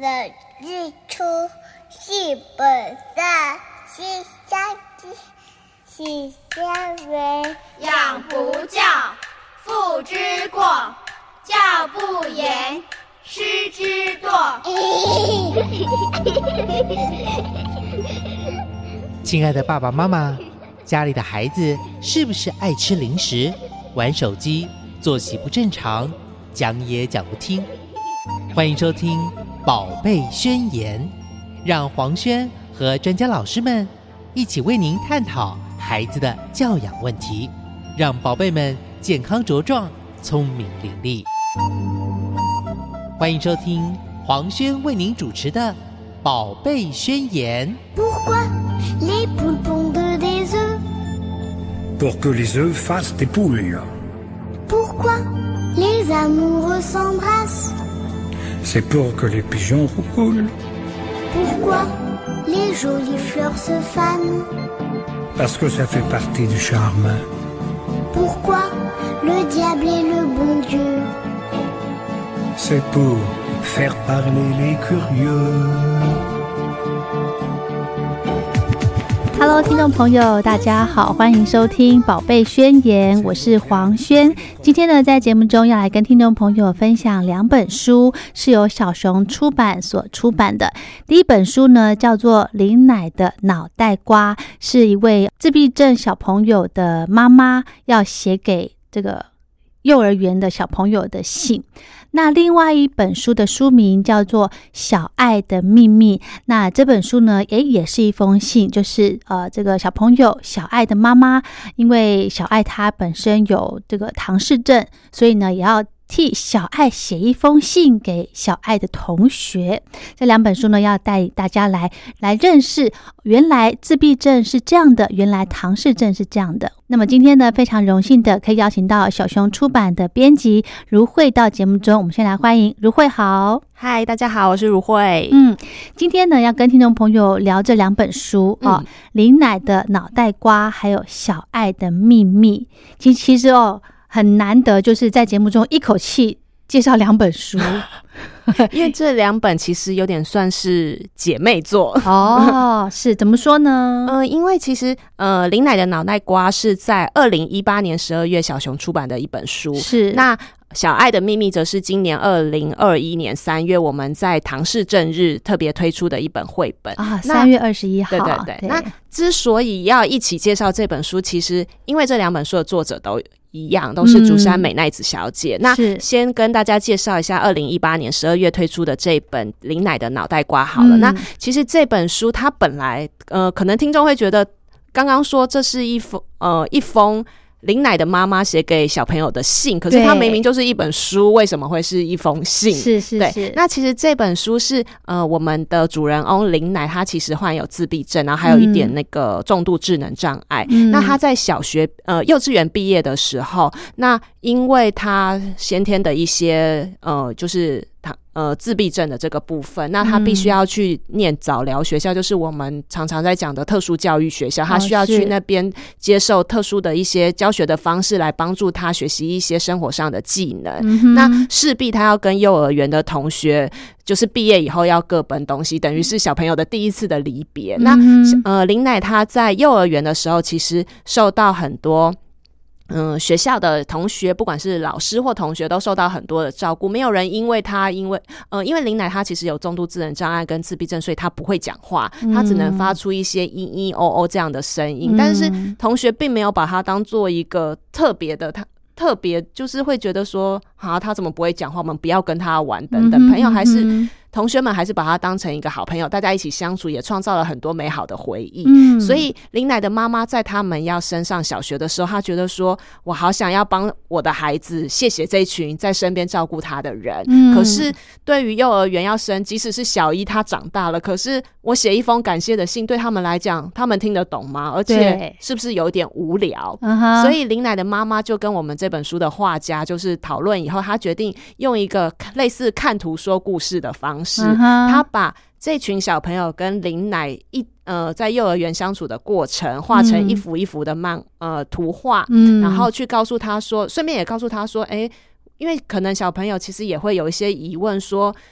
的日出是本善，是相知，是相为。 养不教，父之过；教不严，师之惰。 亲爱的爸爸妈妈，家里的孩子是不是爱吃零食、玩手机、作息不正常，讲也讲不听？欢迎收听宝贝宣言，让黄轩和专家老师们一起为您探讨孩子的教养问题，让宝贝们健康茁壮，聪明伶俐。欢迎收听黄轩为您主持的宝贝宣言。 Pourquoi les poules pondent des œufs? Pour que les œufs fassent des poules. Pourquoi les amoureux s'embrassent? C'est pour que les pigeons roulent. Pourquoi les jolies fleurs se fanent? Parce que ça fait partie du charme. Pourquoi le diable est le bon Dieu? C'est pour faire parler les curieux。Hello， 听众朋友，大家好，欢迎收听宝贝宣言，我是黄轩。今天呢，在节目中要来跟听众朋友分享两本书，是由小熊出版所出版的。第一本书呢，叫做《林奶的脑袋瓜》，是一位自闭症小朋友的妈妈要写给这个幼儿园的小朋友的信。那另外一本书的书名叫做《小爱的秘密》，那这本书呢也是一封信，就是这个小朋友小爱的妈妈，因为小爱她本身有这个唐氏症，所以呢也要替小爱写一封信给小爱的同学。这两本书呢要带大家来认识，原来自闭症是这样的，原来唐氏症是这样的。那么今天呢，非常荣幸的可以邀请到小熊出版的编辑如慧到节目中，我们先来欢迎如慧。好， 嗨，大家好，我是如慧。 今天呢要跟听众朋友聊这两本书林奶的脑袋瓜还有小爱的秘密。其实很难得，就是在节目中一口气介绍两本书。 因为这两本其实有点算是姐妹作是怎么说呢？ 因为其实林奶的脑袋瓜是在2018年12月小熊出版的一本书， 是那小爱的秘密则是今年2021年3月我们在唐氏症日特别推出的一本绘本 3月21号。 对。那之所以要一起介绍这本书，其实因为这两本书的作者都一样，都是竹山美奈子小姐。那先跟大家介绍一下2018年12月推出的这本林奶的脑袋瓜好了。那其实这本书它本来可能听众会觉得刚刚说这是一封林奶的妈妈写给小朋友的信，可是它明明就是一本书，为什么会是一封信？ 是。 对，那其实这本书是我们的主人翁林奶，她其实患有自闭症，然后还有一点那个重度智能障碍。那她在小学幼稚园毕业的时候，那因为她先天的一些就是自闭症的这个部分，那他必须要去念早疗学校，就是我们常常在讲的特殊教育学校，他需要去那边接受特殊的一些教学的方式来帮助他学习一些生活上的技能。那势必他要跟幼儿园的同学就是毕业以后要各奔东西，等于是小朋友的第一次的离别。那林奶他在幼儿园的时候其实受到很多学校的同学，不管是老师或同学，都受到很多的照顾。没有人因为林奶她其实有重度智能障碍跟自闭症，所以她不会讲话，她只能发出一些咿咿哦哦这样的声音。但是同学并没有把她当做一个特别的，特别就是会觉得说她怎么不会讲话，我们不要跟她玩等等。朋友还是同学们还是把她当成一个好朋友，大家一起相处，也创造了很多美好的回忆。所以林奶的妈妈在他们要升上小学的时候，她觉得说我好想要帮我的孩子谢谢这群在身边照顾他的人。可是对于幼儿园要升，即使是小一他长大了，可是我写一封感谢的信对他们来讲，他们听得懂吗？而且是不是有点无聊？所以林奶的妈妈就跟我们这本书的画家就是讨论以后，她决定用一个类似看图说故事的方式，她把这群小朋友跟林奶在幼儿园相处的过程画成一幅一幅的图画，然后去告诉他说，顺便也告诉他说因为可能小朋友其实也会有一些疑问说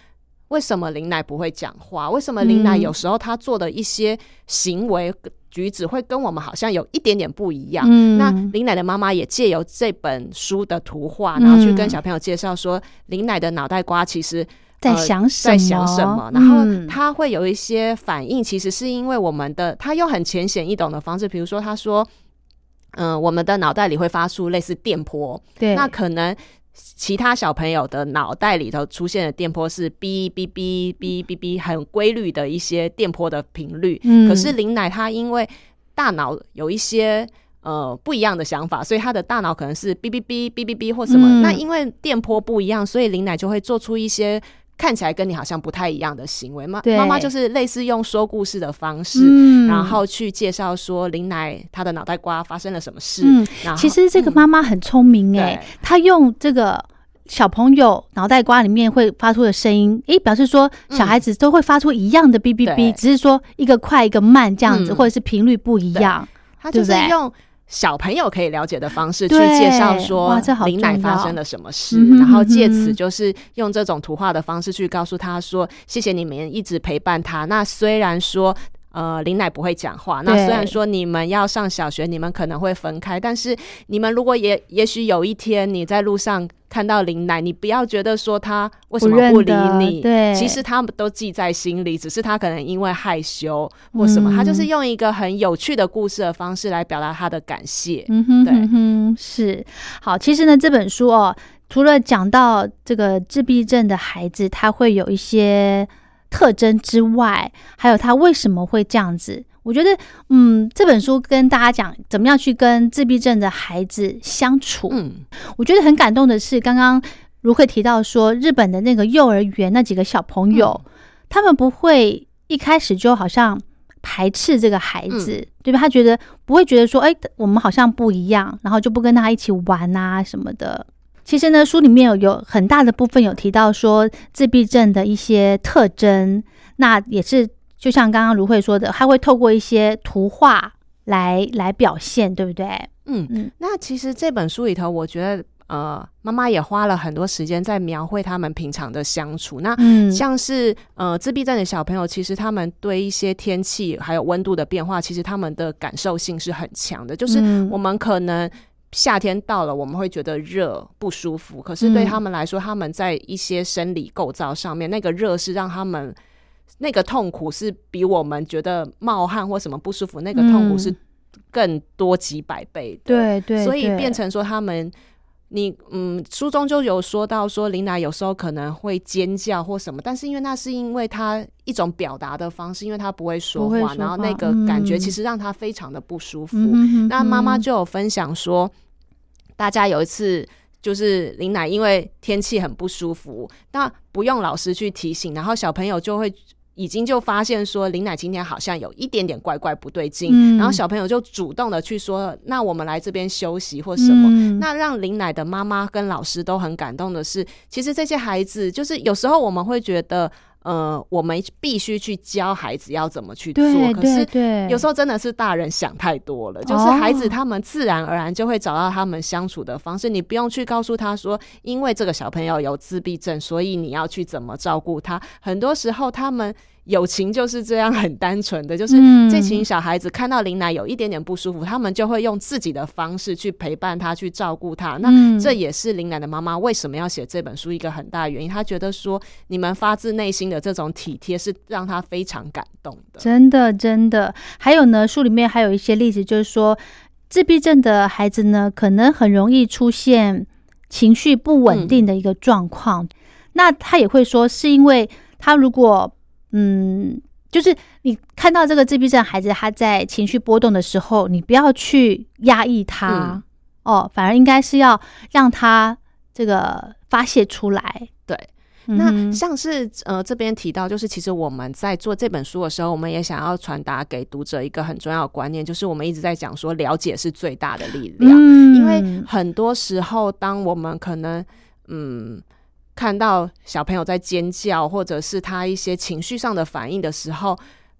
为什么林乃不会讲话？为什么林乃有时候他做的一些行为举止会跟我们好像有一点点不一样？那林乃的妈妈也借由这本书的图画，然后去跟小朋友介绍说，林乃的脑袋瓜其实在想什么， 然后他会有一些反应，其实是因为我们的，他用很浅显易懂的方式，比如说他说我们的脑袋里会发出类似电波，对，那可能其他小朋友的脑袋里头出现的电波是哔哔哔哔哔哔很规律的一些电波的频率，可是林乃他因为大脑有一些不一样的想法，所以他的大脑可能是哔哔哔哔哔哔或什么，那因为电波不一样，所以林乃就会做出一些看起来跟你好像不太一样的行为。妈妈就是类似用说故事的方式，然后去介绍说林乃他的脑袋瓜发生了什么事。 其实这个妈妈很聪明她用这个小朋友脑袋瓜里面会发出的声音，表示说小孩子都会发出一样的哔哔哔，只是说一个快一个慢这样子，或者是频率不一样。他就是用小朋友可以了解的方式去介绍说林乃发生了什么事，然后借此就是用这种图画的方式去告诉他说，谢谢你们一直陪伴他。那虽然说林乃不会讲话，那虽然说你们要上小学，你们可能会分开，但是你们如果也许有一天你在路上看到林乃，你不要觉得说他为什么不理你，其实他们都记在心里，只是他可能因为害羞或什么，他就是用一个很有趣的故事的方式来表达他的感谢。对， 是。好，其实呢这本书除了讲到这个自闭症的孩子他会有一些特征之外，还有他为什么会这样子，我觉得这本书跟大家讲怎么样去跟自闭症的孩子相处。我觉得很感动的是刚刚如慧提到说日本的那个幼儿园那几个小朋友，他们不会一开始就好像排斥这个孩子，对吧？他不会觉得说我们好像不一样，然后就不跟他一起玩啊什么的。其实呢书里面有很大的部分有提到说自闭症的一些特征，那也是就像刚刚如慧说的，他会透过一些图画来表现，对不对？ 那其实这本书里头我觉得妈妈也花了很多时间在描绘他们平常的相处。那像是自闭症的小朋友，其实他们对一些天气还有温度的变化，其实他们的感受性是很强的，就是我们可能夏天到了我们会觉得热不舒服，可是对他们来说，他们在一些生理构造上面，那个热是让他们那个痛苦是比我们觉得冒汗或什么不舒服那个痛苦是更多几百倍的。对，所以变成说他们书中就有说到说林乃有时候可能会尖叫或什么，但是因为那是因为他一种表达的方式，因为他不会说话，然后那个感觉其实让他非常的不舒服。那妈妈就有分享说，大家有一次就是林乃因为天气很不舒服，那不用老师去提醒，然后小朋友就会已经就发现说林乃今天好像有一点点怪怪不对劲，然后小朋友就主动的去说那我们来这边休息或什么，那让林乃的妈妈跟老师都很感动的是，其实这些孩子就是有时候我们会觉得我们必须去教孩子要怎么去做，可是有时候真的是大人想太多了，就是孩子他们自然而然就会找到他们相处的方式，你不用去告诉他说因为这个小朋友有自闭症所以你要去怎么照顾他，很多时候他们友情就是这样很单纯的，就是这群小孩子看到林乃有一点点不舒服，他们就会用自己的方式去陪伴他去照顾他，那这也是林乃的妈妈为什么要写这本书一个很大的原因，他觉得说你们发自内心的这种体贴是让他非常感动的。 真的。还有呢书里面还有一些例子，就是说自闭症的孩子呢可能很容易出现情绪不稳定的一个状况，那他也会说是因为他如果就是你看到这个自闭症孩子他在情绪波动的时候，你不要去压抑他反而应该是要让他这个发泄出来。 对，那像是这边提到就是其实我们在做这本书的时候，我们也想要传达给读者一个很重要的观念，就是我们一直在讲说了解是最大的力量，因为很多时候当我们可能看到小朋友在尖叫或者是他一些情绪上的反应的时候，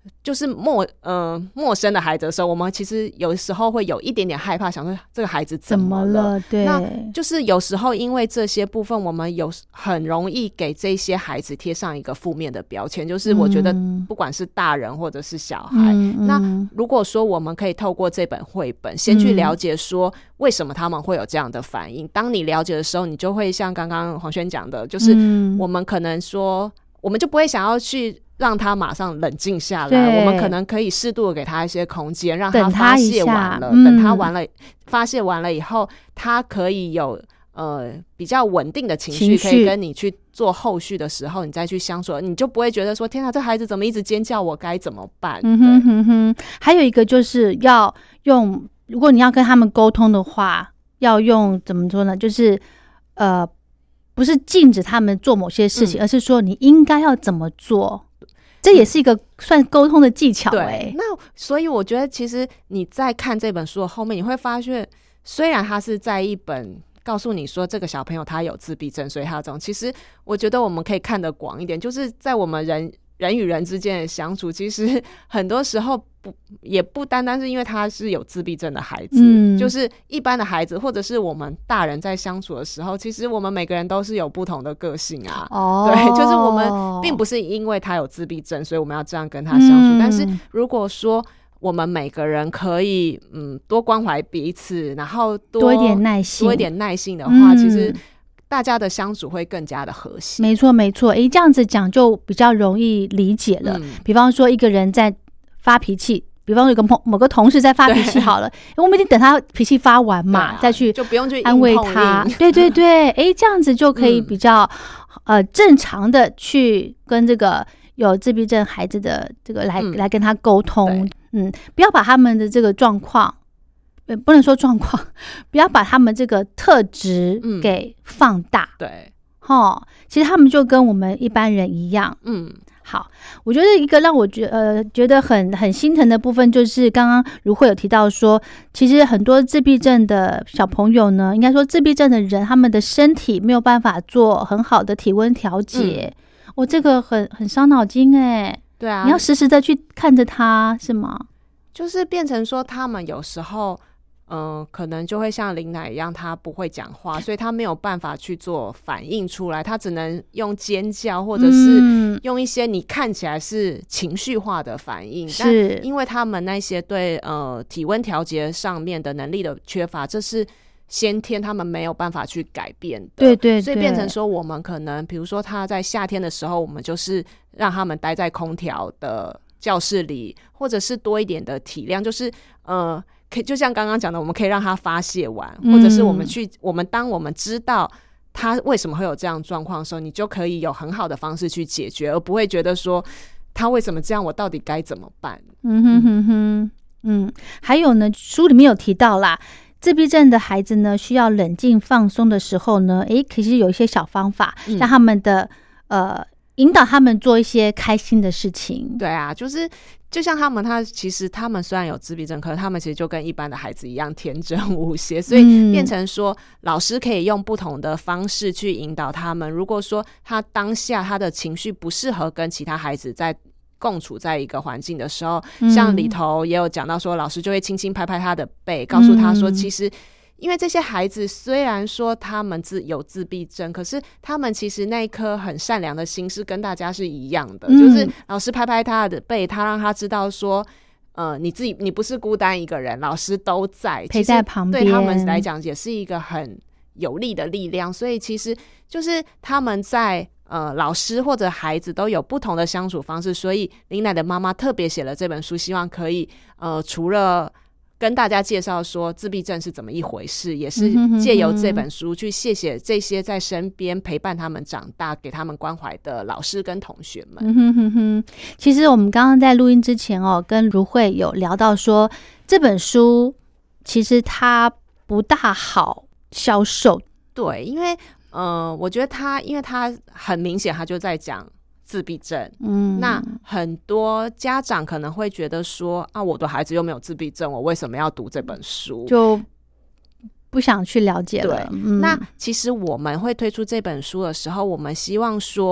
就是陌生的孩子的时候，我们其实有时候会有一点点害怕，想说这个孩子怎么了？ 对， 那就是有时候因为这些部分，我们很容易给这些孩子贴上一个负面的标签，就是我觉得不管是大人或者是小孩，那如果说我们可以透过这本绘本，先去了解说为什么他们会有这样的反应。当你了解的时候，你就会像刚刚黄轩讲的，就是我们可能说，我们就不会想要去让他马上冷静下来，我们可能可以适度的给他一些空间，让他发泄完了，等他发泄完了以后，他可以有比较稳定的情绪，可以跟你去做后续的时候，你再去相处，你就不会觉得说天啊，这孩子怎么一直尖叫，我该怎么办？ 还有一个就是要用，如果你要跟他们沟通的话，要用怎么说呢？就是不是禁止他们做某些事情，而是说你应该要怎么做。这也是一个算沟通的技巧。 对，那所以我觉得其实你在看这本书的后面，你会发现虽然他是在一本告诉你说这个小朋友他有自闭症，所以他这种，其实我觉得我们可以看得广一点，就是在我们人与人之间的相处，其实很多时候也不单单是因为他是有自闭症的孩子，就是一般的孩子或者是我们大人在相处的时候，其实我们每个人都是有不同的个性啊。对，就是我们并不是因为他有自闭症所以我们要这样跟他相处，但是如果说我们每个人可以多关怀彼此，然后多一点耐心的话，其实大家的相处会更加的和谐。 没错没错，这样子讲就比较容易理解了。比方说一个人在发脾气，比方有某个同事在发脾气好了，我们一定等他脾气发完嘛，再去就不用去安慰他。对对对，这样子就可以比较正常的去跟这个有自闭症孩子的这个来跟他沟通。不要把他们的这个状况，不能说状况，不要把他们这个特质给放大。 对， 其实他们就跟我们一般人一样。好，我觉得一个让我觉得很心疼的部分，就是刚刚如慧有提到说，其实很多自闭症的小朋友呢，应该说自闭症的人，他们的身体没有办法做很好的体温调节。这个很伤脑筋对啊， 你要时时的去看着他，是吗？ 就是变成说他们有时候可能就会像林奶一样，他不会讲话，所以他没有办法去做反应出来，他只能用尖叫或者是用一些你看起来是情绪化的反应，但因为他们那些对体温调节上面的能力的缺乏，这是先天他们没有办法去改变的。 对对对， 所以变成说我们可能比如说他在夏天的时候，我们就是让他们待在空调的教室里，或者是多一点的体谅，就是就像刚刚讲的，我们可以让他发泄完，或者是当我们知道他为什么会有这样状况的时候，你就可以有很好的方式去解决，而不会觉得说他为什么这样，我到底该怎么办。 还有呢，书里面有提到啦，自闭症的孩子呢，需要冷静放松的时候呢，其实有一些小方法，让他们的引导他们做一些开心的事情。 对啊，就像其实他们虽然有自闭症，可是他们其实就跟一般的孩子一样天真无邪，所以变成说老师可以用不同的方式去引导他们。如果说他当下他的情绪不适合跟其他孩子在共处在一个环境的时候，像里头也有讲到说，老师就会轻轻拍拍他的背，告诉他说其实因为这些孩子虽然说他们有自闭症，可是他们其实那一颗很善良的心是跟大家是一样的，就是老师拍拍他的背，他让他知道说你不是孤单一个人，老师都在陪在旁边， 对他们来讲也是一个很有力的力量。所以其实就是他们在老师或者孩子都有不同的相处方式，所以林奶的妈妈特别写了这本书，希望可以除了跟大家介绍说自闭症是怎么一回事，也是借由这本书去谢谢这些在身边陪伴他们长大给他们关怀的老师跟同学们。 其实我们刚刚在录音之前跟如慧有聊到说，这本书其实它不大好销售。 对，因为我觉得因为他很明显他就在讲自闭症，那很多家长可能会觉得说我的孩子又没有自闭症，我为什么要读这本书， 就不想去了解了。 对，那其实我们会推出这本书的时候，我们希望说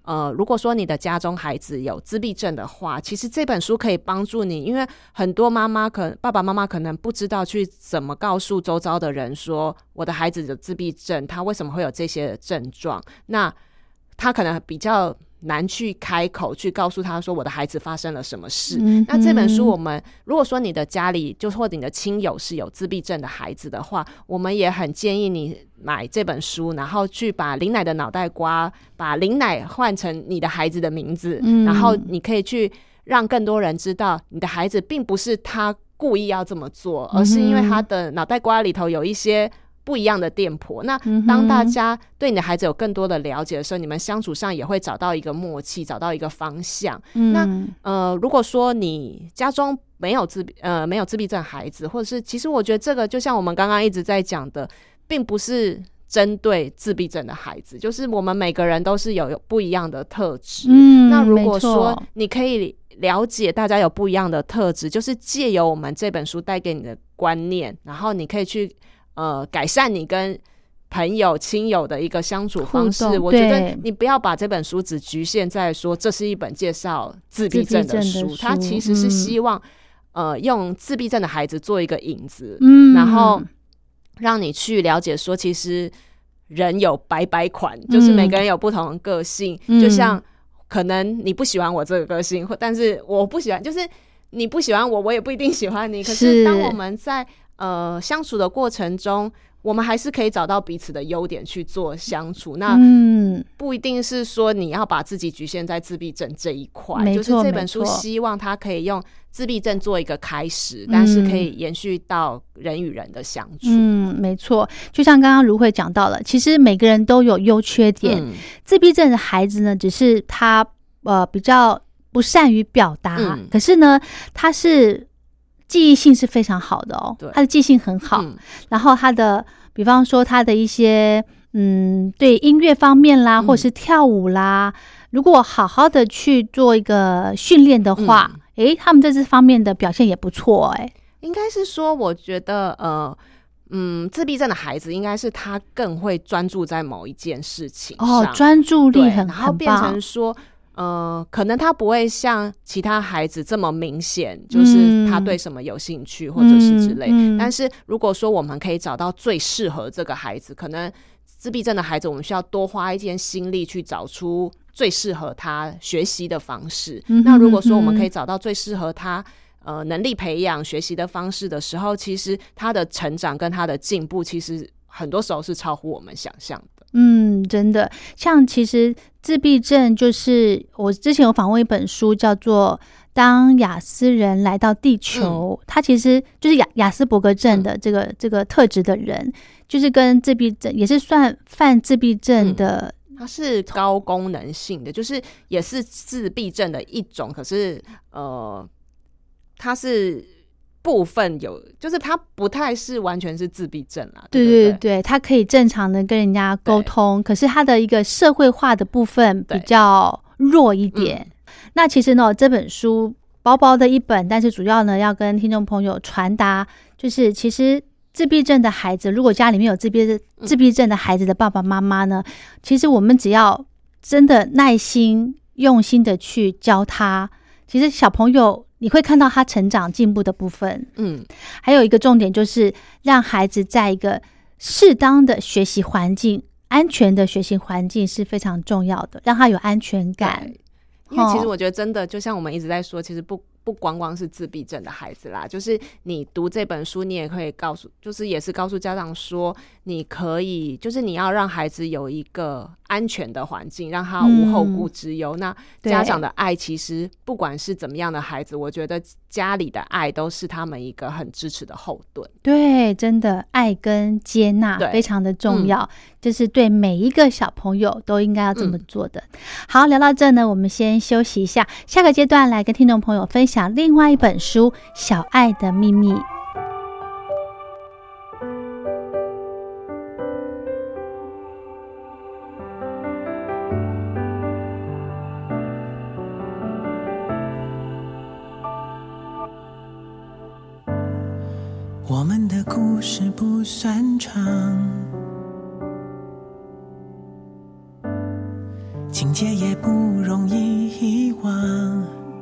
如果说你的家中孩子有自闭症的话，其实这本书可以帮助你，因为很多爸爸妈妈可能不知道去怎么告诉周遭的人说我的孩子有自闭症，他为什么会有这些症状，那他可能比较难去开口去告诉他说我的孩子发生了什么事。那这本书如果说你的家里或者你的亲友是有自闭症的孩子的话，我们也很建议你买这本书，然后去把林奶的脑袋瓜把林奶换成你的孩子的名字，然后你可以去让更多人知道你的孩子并不是他故意要这么做，而是因为他的脑袋瓜里头有一些不一样的电波。那当大家对你的孩子有更多的了解的时候，你们相处上也会找到一个默契，找到一个方向。那如果说你家中没有自闭症孩子，或者是其实我觉得这个就像我们刚刚一直在讲的，并不是针对自闭症的孩子，就是我们每个人都是有不一样的特质。那如果说你可以了解大家有不一样的特质，就是借由我们这本书带给你的观念，然后你可以去改善你跟朋友亲友的一个相处方式。我觉得你不要把这本书只局限在说这是一本介绍自闭症的书，它其实是希望用自闭症的孩子做一个引子，然后让你去了解说其实人有百百款，就是每个人有不同的个性，就像可能你不喜欢我这个个性，但是我不喜欢，就是你不喜欢我，我也不一定喜欢你。可是当我们在相处的过程中，我们还是可以找到彼此的优点去做相处。那不一定是说你要把自己局限在自闭症这一块，就是这本书希望它可以用自闭症做一个开始，但是可以延续到人与人的相处。 没错，就像刚刚如慧讲到了，其实每个人都有优缺点。自闭症的孩子呢，只是他比较不善于表达，可是呢，他是记忆性是非常好的哦，他的记性很好，然后他的比方说他的一些对音乐方面啦，或者是跳舞啦，如果好好的去做一个训练的话，他们在这方面的表现也不错。 应该是说我觉得自闭症的孩子应该是他更会专注在某一件事情上， 专注力很棒， 然后变成说可能他不会像其他孩子这么明显，就是他对什么有兴趣或者是之类，但是如果说我们可以找到最适合这个孩子，可能自闭症的孩子我们需要多花一点心力去找出最适合他学习的方式。那如果说我们可以找到最适合他能力培养学习的方式的时候，其实他的成长跟他的进步其实很多时候是超乎我们想象的。 真的，像其实自闭症就是我之前有访问一本书叫做当亚斯人来到地球，他其实就是亚斯伯格症的这个特质的人，就是跟自闭症也是算犯自闭症的， 它是高功能性的，就是也是自闭症的一种，可是它是部分有，就是它不太是完全是自闭症啦。 对，它可以正常的跟人家沟通，可是它的一个社会化的部分比较弱一点。那其实呢，这本书薄薄的一本，但是主要呢要跟听众朋友传达，就是其实自闭症的孩子，如果家里面有自闭症的孩子的爸爸妈妈呢，其实我们只要真的耐心用心的去教他，其实小朋友你会看到他成长进步的部分。还有一个重点就是让孩子在一个适当的学习环境，安全的学习环境是非常重要的，让他有安全感。 因为其实我觉得真的就像我们一直在说，其实不光光是自闭症的孩子啦，就是你读这本书你也可以也是告诉家长说，你可以就是你要让孩子有一个安全的环境，让他无后顾之忧。那家长的爱其实不管是怎么样的孩子，我觉得家里的爱都是他们一个很支持的后盾。 对，真的爱跟接纳非常的重要，就是对每一个小朋友都应该要这么做的。好，聊到这呢，我们先休息一下，下个阶段来跟听众朋友分享另外一本书《小爱的秘密》。 我们的故事不算长，轻界也不容易遗忘。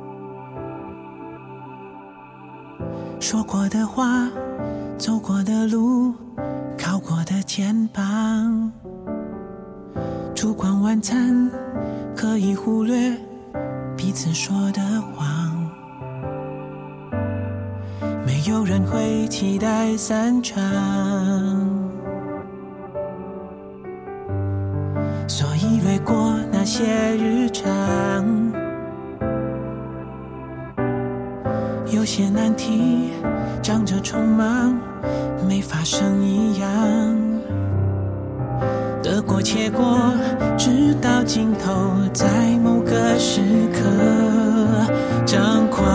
说过的话，走过的路，靠过的肩膀，烛光晚餐可以忽略彼此说的谎，没有人会期待散场，所以略过那些日常，有些难题长着匆忙没发生一样，得过且过直到尽头，在某个时刻张狂。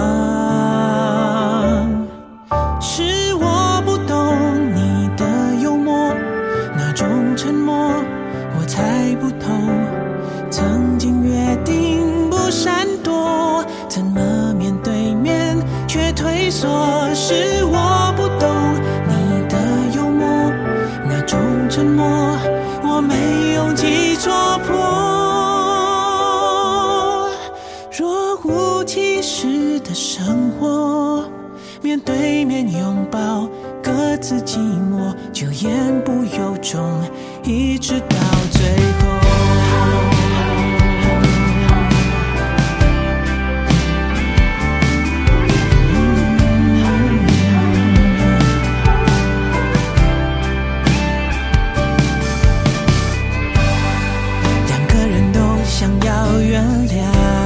是我不懂你的幽默，那种沉默我猜不透，曾经约定不闪躲，怎么面对面却退缩？是我不懂你的幽默，那种沉默我没勇气戳破。若无其事的生活，面对面拥抱各自寂寞，就言不由衷一直到最后。两个人都想要原谅，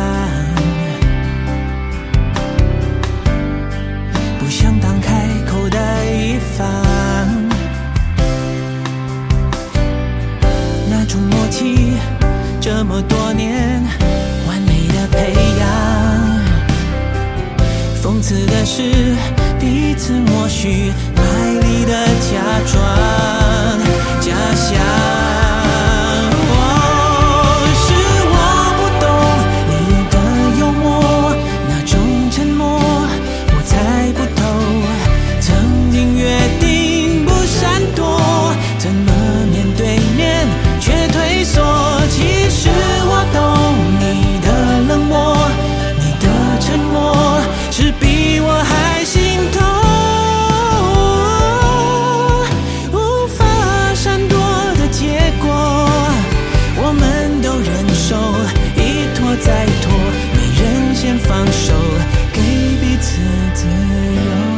不想当开口的一方，那种默契这么多年完美的培养，讽刺的是彼此默许卖力的假装假象。怎么面对面却退缩？其实我懂你的冷漠，你的沉默是比我还心痛，无法闪躲的结果，我们都忍受，一拖再拖，没人先放手，给彼此自由。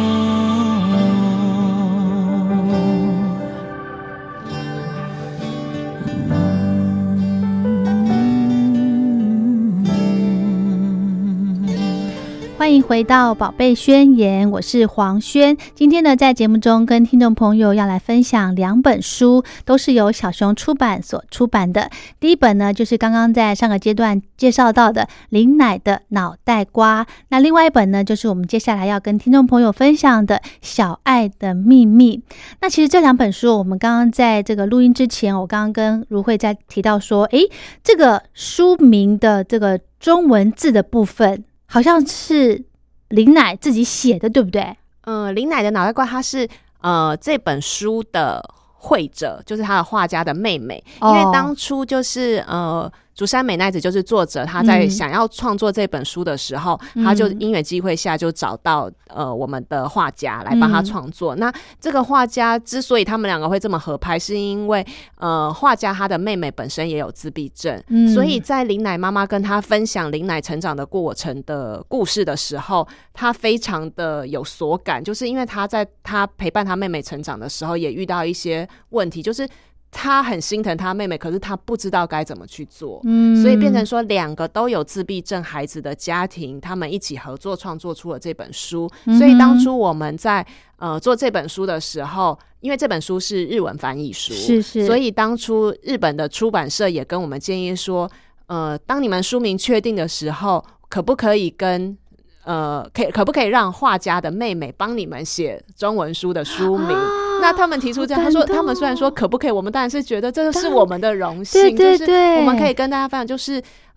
欢迎回到宝贝宣言，我是黄轩。今天呢，在节目中跟听众朋友要来分享2本书，都是由小熊出版所出版的。第一本呢，就是刚刚在上个阶段介绍到的林乃的脑袋瓜，那另外一本呢，就是我们接下来要跟听众朋友分享的小爱的秘密。那其实这2本书，我们刚刚在这个录音之前，我刚刚跟如慧在提到说，这个书名的这个中文字的部分好像是林乃自己写的，对不对？ 林乃的脑袋瓜，他是这本书的绘者，就是他的画家的妹妹。因为当初就是竹山美奈子就是作者，他在想要创作这本书的时候，他就因缘机会下就找到我们的画家来帮他创作。那这个画家之所以他们2个会这么合拍，是因为画家他的妹妹本身也有自闭症，所以在林乃妈妈跟他分享林乃成长的过程的故事的时候，他非常的有所感，就是因为他在他陪伴他妹妹成长的时候，也遇到一些问题，就是他很心疼他妹妹，可是他不知道该怎么去做，所以变成说2个都有自闭症孩子的家庭，他们一起合作创作出了这本书。所以当初我们在做这本书的时候，因为这本书是日文翻译书，是，所以当初日本的出版社也跟我们建议说，当你们书名确定的时候，可不可以跟可不可以让画家的妹妹帮你们写中文书的书名？那他们提出这样，他说他们虽然说可不可以，我们当然是觉得这是我们的荣幸， 对， 就是我们可以跟大家分享，就是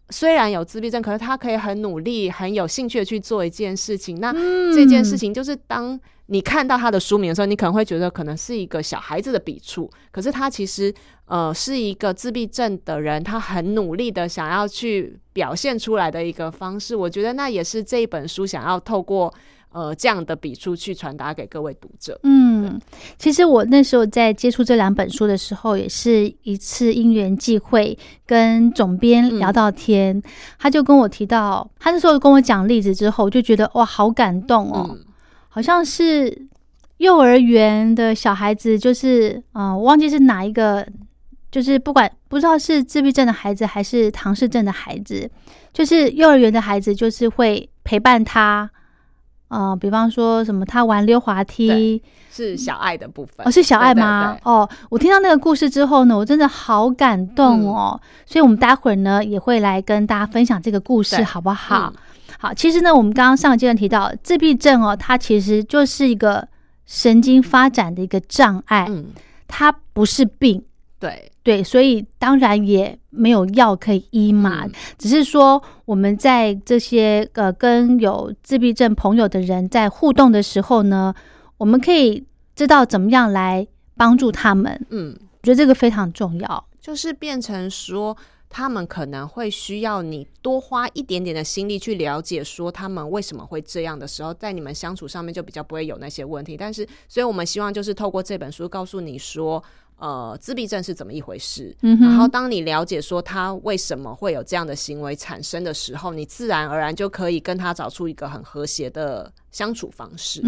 虽然有自闭症，可是他可以很努力很有兴趣的去做一件事情。那这件事情就是当你看到他的书名的时候，你可能会觉得可能是一个小孩子的笔触，可是他其实是一个自闭症的人，他很努力的想要去表现出来的一个方式。我觉得那也是这一本书想要透过这样的笔触去传达给各位读者。 其实我那时候在接触这2本书的时候，也是一次因缘际会跟总编聊到天，他就跟我提到，他那时候跟我讲例子之后，我就觉得哇，好感动哦，好像是幼儿园的小孩子，就是我忘记是哪一个，就是不知道是自闭症的孩子还是唐氏症的孩子，就是幼儿园的孩子就是会陪伴他。比方说什么他玩溜滑梯， 是小爱的部分。 是小爱吗？对对对。我听到那个故事之后呢，我真的好感动哦。所以我们待会儿呢也会来跟大家分享这个故事，好不好？好，其实呢我们刚刚上个阶段提到自闭症它其实就是一个神经发展的一个障碍，它不是病。对，所以当然也没有药可以医嘛，只是说我们在这些跟有自闭症朋友的人在互动的时候呢，我们可以知道怎么样来帮助他们。我觉得这个非常重要， 就是变成说他们可能会需要你多花一点点的心力去了解说他们为什么会这样的时候，在你们相处上面就比较不会有那些问题。但是所以我们希望就是透过这本书告诉你说自闭症是怎么一回事，然后当你了解说他为什么会有这样的行为产生的时候，你自然而然就可以跟他找出一个很和谐的相处方式。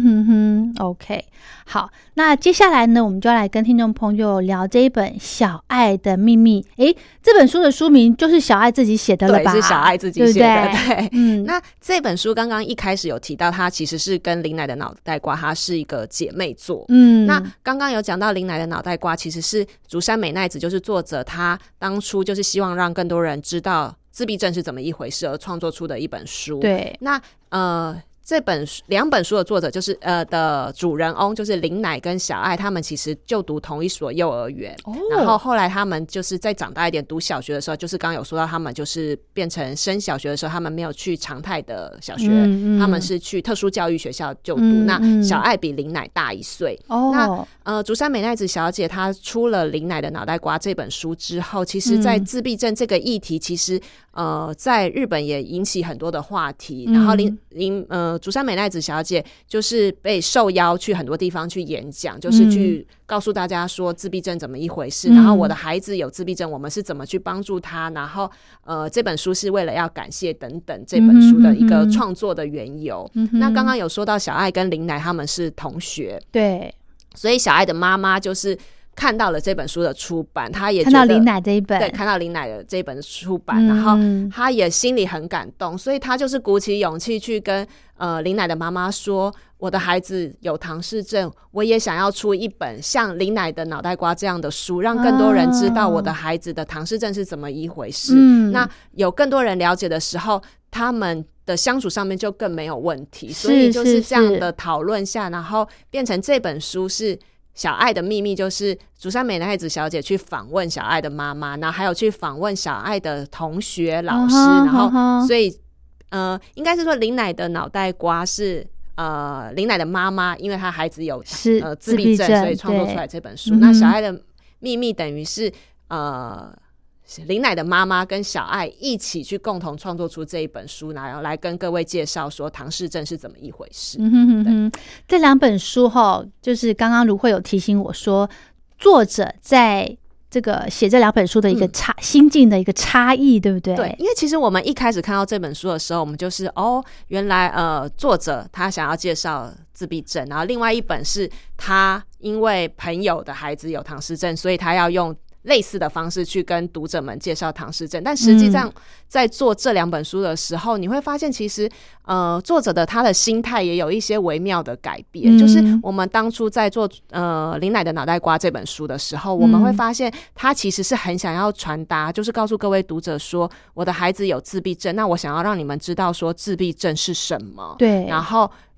OK， 好，那接下来呢我们就要来跟听众朋友聊这一本《小爱的秘密》。这本书的书名就是小爱自己写的了吧？ 对，是小爱自己写的。 对， 那这本书刚刚一开始有提到它其实是跟林乃的脑袋瓜它是一个姐妹作。那刚刚有讲到林乃的脑袋瓜其实是竹山美奈子，就是作者他当初就是希望让更多人知道自闭症是怎么一回事而创作出的一本书。 对， 那2本书的作者就是的主人翁就是林乃跟小爱，他们其实就读同一所幼儿园，然后后来他们就是在长大一点读小学的时候，就是刚刚有说到他们就是变成升小学的时候，他们没有去常态的小学，他们是去特殊教育学校就读。那小爱比林乃大1岁。那竹山美奈子小姐她出了林乃的脑袋瓜这本书之后，其实在自闭症这个议题其实在日本也引起很多的话题。然后竹山美奈子小姐就是被受邀去很多地方去演讲，就是去告诉大家说自闭症怎么一回事，然后我的孩子有自闭症，我们是怎么去帮助他，然后这本书是为了要感谢等等这本书的一个创作的缘由。那刚刚有说到小爱跟林乃他们是同学， 对， 所以小爱的妈妈就是看到了这本书的出版，他也觉得看到林乃这一本， 对，看到林乃的这本出版，然后他也心里很感动，所以他就是鼓起勇气去跟林乃的妈妈说，我的孩子有唐氏症，我也想要出一本像林乃的脑袋瓜这样的书，让更多人知道我的孩子的唐氏症是怎么一回事。那有更多人了解的时候，他们的相处上面就更没有问题。所以就是这样的讨论下，然后变成这本书是小爱的秘密，就是竹山美奈子小姐去访问小爱的妈妈，然后还有去访问小爱的同学老师，然后所以应该是说林乃的脑袋瓜是林乃的妈妈因为她孩子有自闭症，所以创作出来这本书。那小爱的秘密等于是林乃的妈妈跟小爱一起去共同创作出这一本书，然后来跟各位介绍说唐氏症是怎么一回事。 这2本书就是刚刚如慧有提醒我说，作者在这个写这2本书的一个心境的一个差异，对不对？ 对，因为其实我们一开始看到这本书的时候，我们就是原来作者他想要介绍自闭症，然后另外一本是他因为朋友的孩子有唐氏症，所以他要用类似的方式去跟读者们介绍唐氏症。但实际上在做这2本书的时候，你会发现其实作者的他的心态也有一些微妙的改变。就是我们当初在做林乃的脑袋瓜这本书的时候，我们会发现他其实是很想要传达，就是告诉各位读者说，我的孩子有自闭症，那我想要让你们知道说自闭症是什么。 对， 然后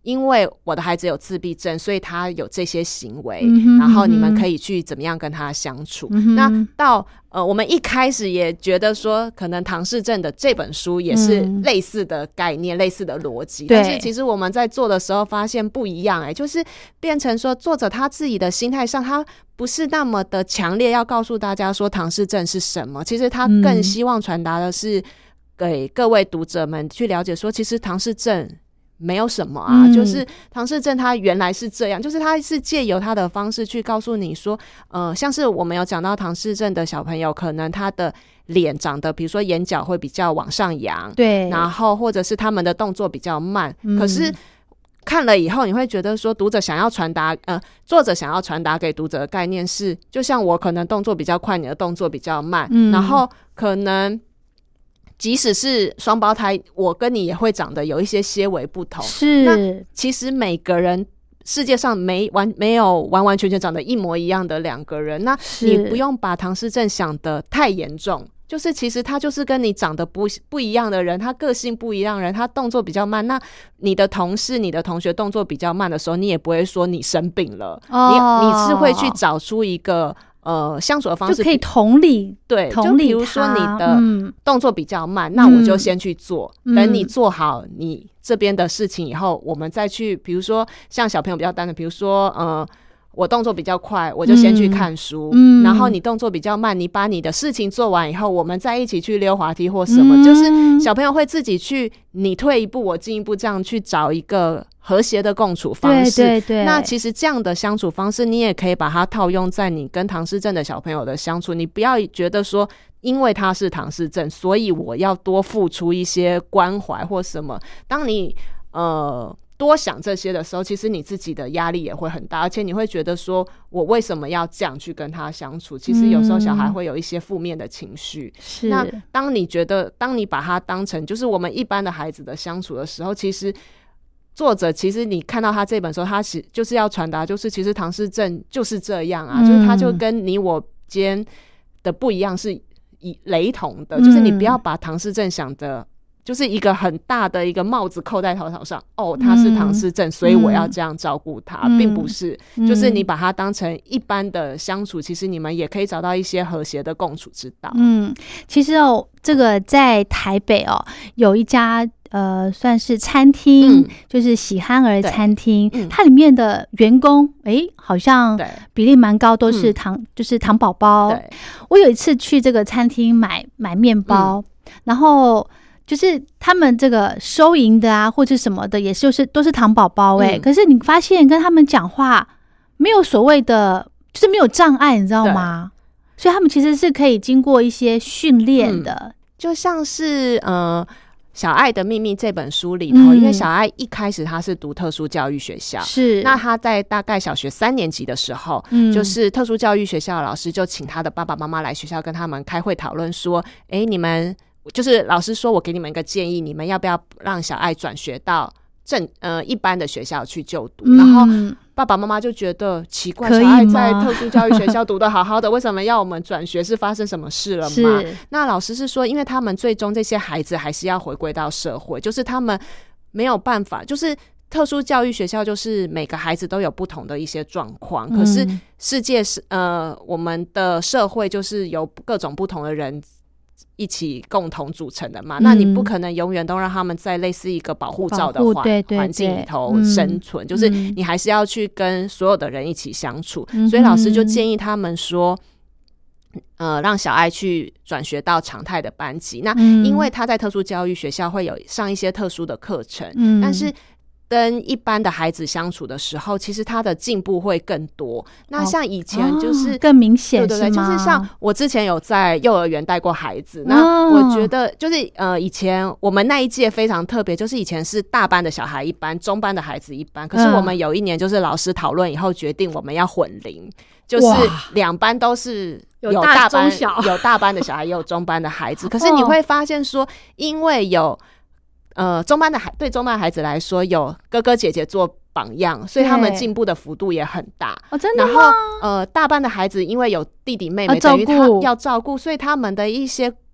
因为我的孩子有自闭症，所以他有这些行为，然后你们可以去怎么样跟他相处。那到我们一开始也觉得说，可能唐氏症的这本书也是类似的概念、类似的逻辑，但是其实我们在做的时候发现不一样，就是变成说作者他自己的心态上，他不是那么的强烈要告诉大家说唐氏症是什么，其实他更希望传达的是给各位读者们去了解说，其实唐氏症没有什么啊，就是唐氏症它原来是这样，就是它是借由它的方式去告诉你说像是我们有讲到唐氏症的小朋友，可能他的脸长得比如说眼角会比较往上扬， 对， 然后或者是他们的动作比较慢，可是看了以后你会觉得说作者想要传达给读者的概念是，就像我可能动作比较快，你的动作比较慢，然后可能即使是双胞胎，我跟你也会长得有一些些微不同。是，那其实每个人世界上没有完完全全长得一模一样的两个人，那你不用把唐氏症想得太严重。就是其实他就是跟你长得不一样的人，他个性不一样的人，他动作比较慢，那你的同事你的同学动作比较慢的时候，你也不会说你生病了，你是会去找出一个相处的方式， 就可以同理， 对，就比如说你的动作比较慢，那我就先去做，等你做好你这边的事情以后，我们再去，比如说像小朋友比较单纯，比如说我动作比较快，我就先去看书，然后你动作比较慢，你把你的事情做完以后，我们再一起去溜滑梯或什么，就是小朋友会自己去，你退一步我进一步，这样去找一个和谐的共处方式。对对对，那其实这样的相处方式你也可以把它套用在你跟唐氏症的小朋友的相处，你不要觉得说因为他是唐氏症所以我要多付出一些关怀或什么，当你多想这些的时候，其实你自己的压力也会很大，而且你会觉得说我为什么要这样去跟他相处，其实有时候小孩会有一些负面的情绪，那当你把他当成就是我们一般的孩子的相处的时候，其实作者其实你看到他这本书，他就是要传达就是其实唐氏症就是这样啊，就是他就跟你我间的不一样是雷同的，就是你不要把唐氏症想的就是一个很大的一个帽子扣在头上，他是唐氏症，所以我要这样照顾他，并不是，就是你把它当成一般的相处，其实你们也可以找到一些和谐的共处之道。 其实这个在台北有一家算是餐厅，就是喜憨儿餐厅，它里面的员工好像比例蛮高，都是就是唐宝宝。我有一次去这个餐厅买面包，然后就是他们这个收银的啊或者什么的也是都是唐宝宝可是你发现跟他们讲话没有所谓的就是没有障碍，你知道吗？所以他们其实是可以经过一些训练的， 就像是小爱的秘密这本书里头，因为小爱一开始他是读特殊教育学校，是那他在大概小学3年级的时候，就是特殊教育学校的老师就请他的爸爸妈妈来学校跟他们开会讨论说，你们就是老师说我给你们一个建议，你们要不要让小爱转学到一般的学校去就读，然后爸爸妈妈就觉得奇怪，小爱在特殊教育学校读得好好的为什么要我们转学，是发生什么事了吗？那老师是说因为他们最终这些孩子还是要回归到社会，就是他们没有办法，就是特殊教育学校就是每个孩子都有不同的一些状况，可是世界是我们的社会就是由各种不同的人一起共同组成的嘛，那你不可能永远都让他们在类似一个保护罩的环境里头生存，就是你还是要去跟所有的人一起相处，所以老师就建议他们说让小爱去转学到常态的班级，那因为他在特殊教育学校会有上一些特殊的课程，但是跟一般的孩子相处的时候，其实他的进步会更多。那像以前就是更明显， 对对对，就是像我之前有在幼儿园带过孩子，那我觉得就是以前我们那一届非常特别，就是以前是大班的小孩一班，中班的孩子一班，可是我们有一年就是老师讨论以后决定我们要混龄，就是2班都是有大班有大班的小孩也有中班的孩子，可是你会发现说因为有对中班的孩子来说有哥哥姐姐做榜样，所以他们进步的幅度也很大。 真的吗？ 然后大班的孩子因为有弟弟妹妹，等于他要照顾，所以他们的一些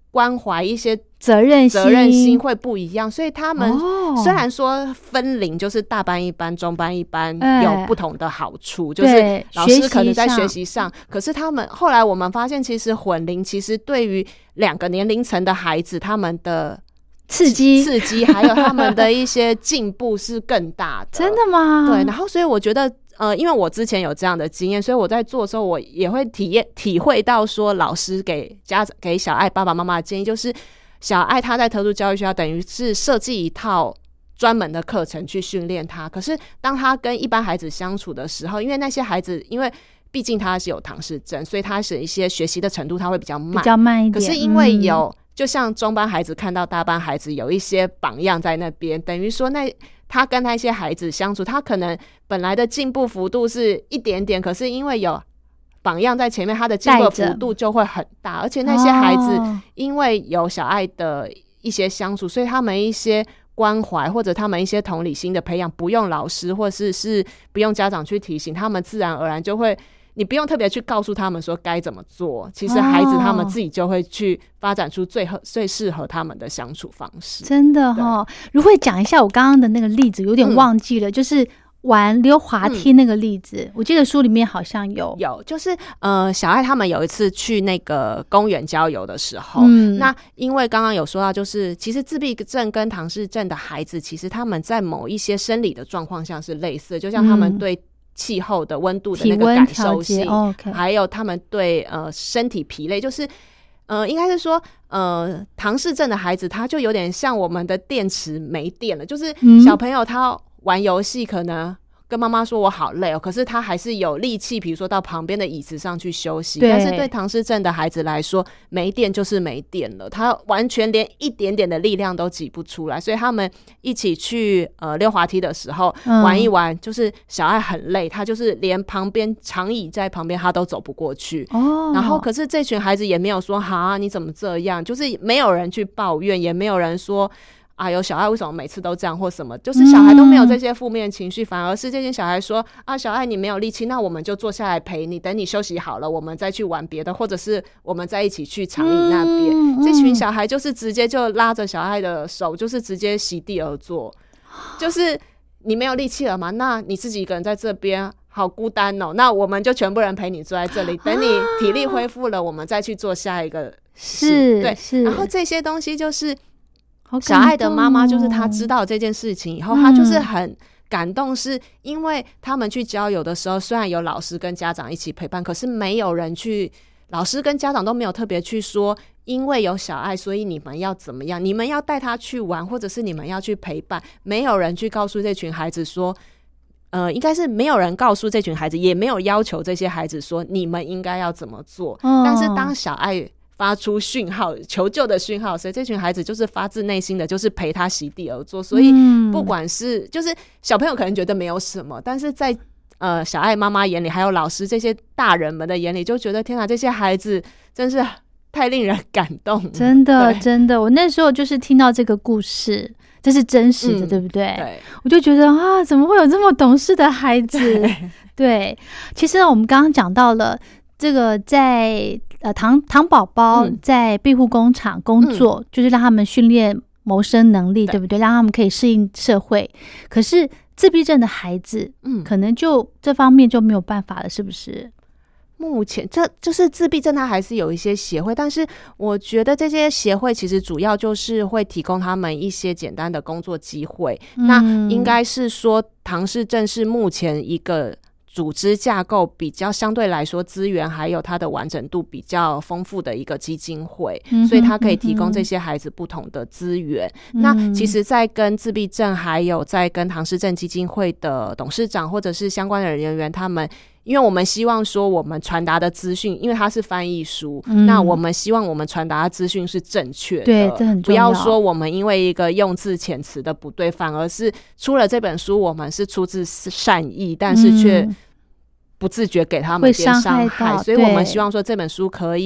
关怀一些责任心会不一样，所以他们虽然说分龄就是大班一班中班一班有不同的好处，就是老师可能在学习上，可是他们后来我们发现其实混龄其实对于2个年龄层的孩子他们的刺激还有他们的一些进步是更大的真的吗？ 对，然后所以我觉得因为我之前有这样的经验，所以我在做的时候我也会体会到说老师给小爱爸爸妈妈的建议就是小爱他在特殊教育学校等于是设计一套专门的课程去训练他，可是当他跟一般孩子相处的时候，因为那些孩子因为毕竟他是有唐氏症，所以他是一些学习的程度他会比较慢一点，可是因为就像中班孩子看到大班孩子有一些榜样在那边，等于说他跟那些孩子相处，他可能本来的进步幅度是一点点，可是因为有榜样在前面，他的进步幅度就会很大，而且那些孩子因为有小爱的一些相处，所以他们一些关怀或者他们一些同理心的培养不用老师或是不用家长去提醒，他们自然而然就会，你不用特别去告诉他们说该怎么做，其实孩子他们自己就会去发展出最适合他们的相处方式。真的如果讲一下我刚刚的那个例子有点忘记了，就是玩溜滑梯那个例子，我记得书里面好像有就是小爱他们有一次去那个公园郊游的时候，那因为刚刚有说到就是其实自闭症跟唐氏症的孩子其实他们在某一些生理的状况下是类似的，就像他们对气候的温度的那个感受性，还有他们对身体疲累，就是应该是说唐氏症的孩子他就有点像我们的电池没电了，就是小朋友他玩游戏可能跟妈妈说我好累可是他还是有力气比如说到旁边的椅子上去休息，但是对唐氏症的孩子来说没电就是没电了，他完全连一点点的力量都挤不出来，所以他们一起去溜滑梯的时候玩一玩，就是小爱很累，他就是连旁边长椅在旁边他都走不过去然后可是这群孩子也没有说哈你怎么这样，就是没有人去抱怨，也没有人说有小爱为什么每次都这样或什么，就是小孩都没有这些负面情绪，反而是这些小孩说小爱你没有力气，那我们就坐下来陪你，等你休息好了我们再去玩别的，或者是我们再一起去长椅那边这群小孩就是直接就拉着小爱的手，就是直接席地而坐，就是你没有力气了嘛，那你自己一个人在这边好孤单那我们就全部人陪你坐在这里，等你体力恢复了我们再去做下一个事，对，然后这些东西就是小爱的妈妈就是她知道这件事情以后她就是很感动，是因为他们去郊游的时候虽然有老师跟家长一起陪伴，可是没有人去，老师跟家长都没有特别去说因为有小爱所以你们要怎么样，你们要带他去玩或者是你们要去陪伴，没有人去告诉这群孩子说应该是没有人告诉这群孩子，也没有要求这些孩子说你们应该要怎么做但是当小爱发出讯号求救的讯号，所以这群孩子就是发自内心的就是陪他席地而坐，所以不管是就是小朋友可能觉得没有什么，但是在小爱妈妈眼里还有老师这些大人们的眼里就觉得天哪这些孩子真是太令人感动了， 真的真的，我那时候就是听到这个故事这是真实的对不对？对，我就觉得怎么会有这么懂事的孩子 对，其实我们刚刚讲到了这个在唐宝宝在庇护工厂工作就是让他们训练谋生能力 对不对，让他们可以适应社会，可是自闭症的孩子可能就这方面就没有办法了，是不是？ 目前这就是自闭症它还是有一些协会，但是我觉得这些协会其实主要就是会提供他们一些简单的工作机会那应该是说唐氏症是目前一个组织架构比较相对来说资源还有它的完整度比较丰富的一个基金会所以它可以提供这些孩子不同的资源那其实在跟自闭症还有在跟唐氏症基金会的董事长或者是相关的人员他们，因为我们希望说我们传达的资讯因为它是翻译书那我们希望我们传达的资讯是正确的， 对，这很重要， 不要说我们因为一个用字遣词的不对反而是出了这本书我们是出自善意但是却不自觉给他们一点伤害所以我们希望说这本书可以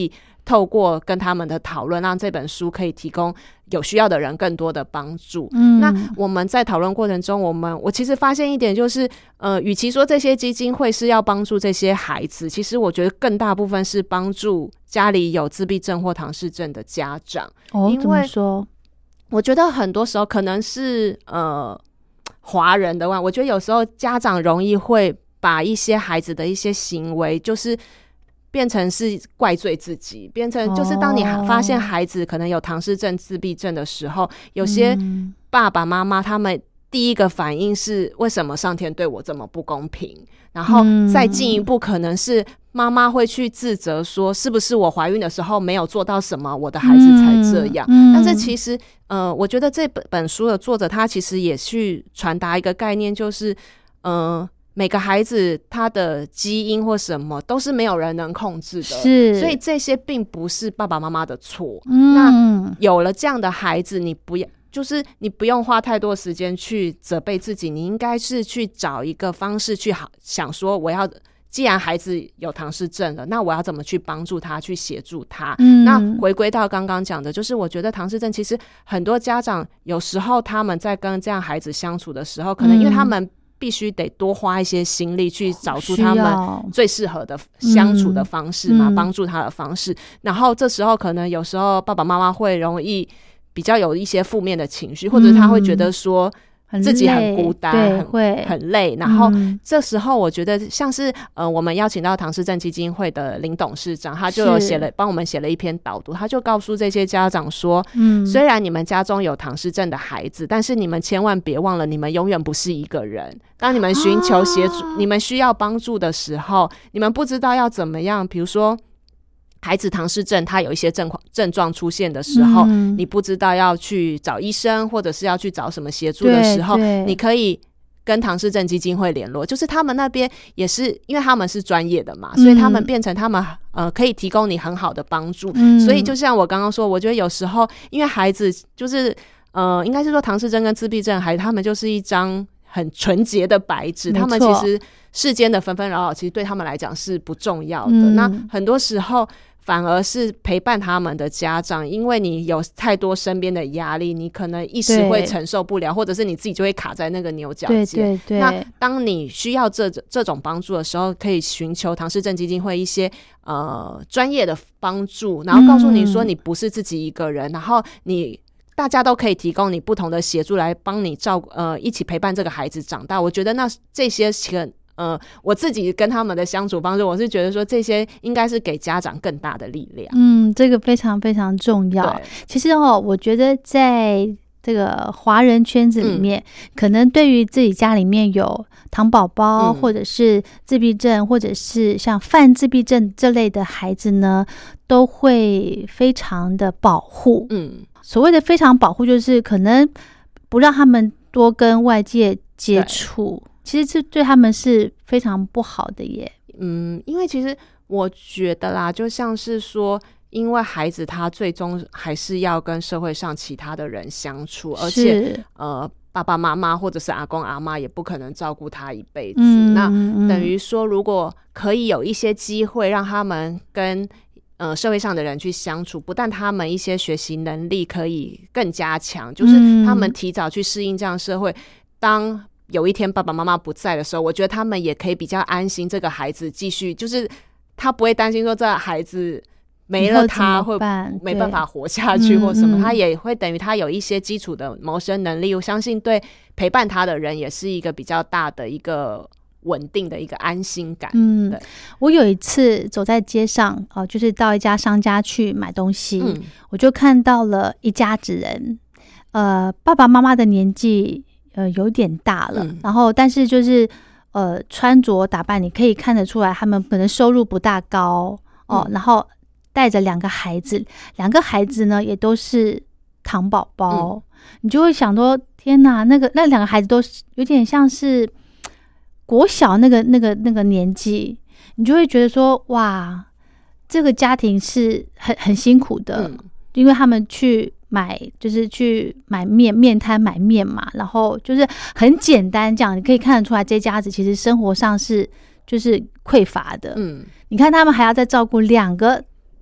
透过跟他们的讨论，让这本书可以提供有需要的人更多的帮助。那我们在讨论过程中，我其实发现一点就是，与其说这些基金会是要帮助这些孩子，其实我觉得更大部分是帮助家里有自闭症或唐氏症的家长。 怎么说？ 我觉得很多时候可能是华人的话，我觉得有时候家长容易会把一些孩子的一些行为，就是变成是怪罪自己，变成就是当你发现孩子可能有唐氏症、自闭症的时候，有些爸爸妈妈他们第一个反应是为什么上天对我这么不公平，然后再进一步可能是妈妈会去自责说是不是我怀孕的时候没有做到什么，我的孩子才这样。但是其实我觉得这本书的作者他其实也去传达一个概念，就是每个孩子他的基因或什么都是没有人能控制的， 是， 所以这些并不是爸爸妈妈的错。那有了这样的孩子，你不用花太多时间去责备自己，你应该是去找一个方式去想说，既然孩子有唐氏症了，那我要怎么去帮助他，去协助他。那回归到刚刚讲的，就是我觉得唐氏症其实很多家长有时候他们在跟这样孩子相处的时候，可能因为他们必须得多花一些心力去找出他们最适合的相处的方式嘛，帮助他的方式。然后这时候可能有时候爸爸妈妈会容易比较有一些负面的情绪，或者他会觉得说自己很孤单，很累。然后这时候我觉得像是我们邀请到唐氏症基金会的林董事长，他就有帮我们写了一篇导读，他就告诉这些家长说，虽然你们家中有唐氏症的孩子，但是你们千万别忘了，你们永远不是一个人。当你们寻求协助，你们需要帮助的时候，你们不知道要怎么样，比如说孩子唐氏症他有一些症状出现的时候，你不知道要去找医生或者是要去找什么协助的时候，你可以跟唐氏症基金会联络，就是他们那边也是因为他们是专业的嘛，所以他们变成他们可以提供你很好的帮助。所以就像我刚刚说，我觉得有时候因为孩子就是应该是说唐氏症跟自闭症孩子他们就是一张很纯洁的白纸，他们其实世间的纷纷扰扰其实对他们来讲是不重要的。那很多时候反而是陪伴他们的家长，因为你有太多身边的压力，你可能一时会承受不了，或者是你自己就会卡在那个牛角尖。那当你需要这种帮助的时候，可以寻求唐氏症基金会一些专业的帮助，然后告诉你说你不是自己一个人，然后大家都可以提供你不同的协助来帮你一起陪伴这个孩子长大。我觉得这些我自己跟他们的相处方式，我是觉得说这些应该是给家长更大的力量。 这个非常非常重要。其实我觉得在这个华人圈子里面，可能对于自己家里面有唐宝宝或者是自闭症或者是像泛自闭症这类的孩子呢，都会非常的保护。所谓的非常保护，就是可能不让他们多跟外界接触，其实这对他们是非常不好的耶。 因为其实我觉得啦，就像是说，因为孩子他最终还是要跟社会上其他的人相处，而且爸爸妈妈或者是阿公阿嬷也不可能照顾他一辈子。那等于说，如果可以有一些机会让他们跟社会上的人去相处，不但他们一些学习能力可以更加强，就是他们提早去适应这样社会，当有一天爸爸妈妈不在的时候，我觉得他们也可以比较安心，这个孩子继续，就是他不会担心说这个孩子没了他会没办法活下去或什么，他也会等于他有一些基础的谋生能力。我相信对陪伴他的人也是一个比较大的一个稳定的一个安心感。对， 我有一次走在街上，就是到一家商家去买东西，我就看到了一家子人，爸爸妈妈的年纪有点大了，然后但是就是穿着打扮你可以看得出来他们可能收入不大高然后带着两个孩子呢也都是唐宝宝，你就会想说天哪，那两个孩子都有点像是国小那个年纪，你就会觉得说哇，这个家庭是很辛苦的，因为他们就是去买面摊买面嘛，然后就是很简单这样，你可以看得出来这家子其实生活上是就是匮乏的。你看他们还要再照顾两个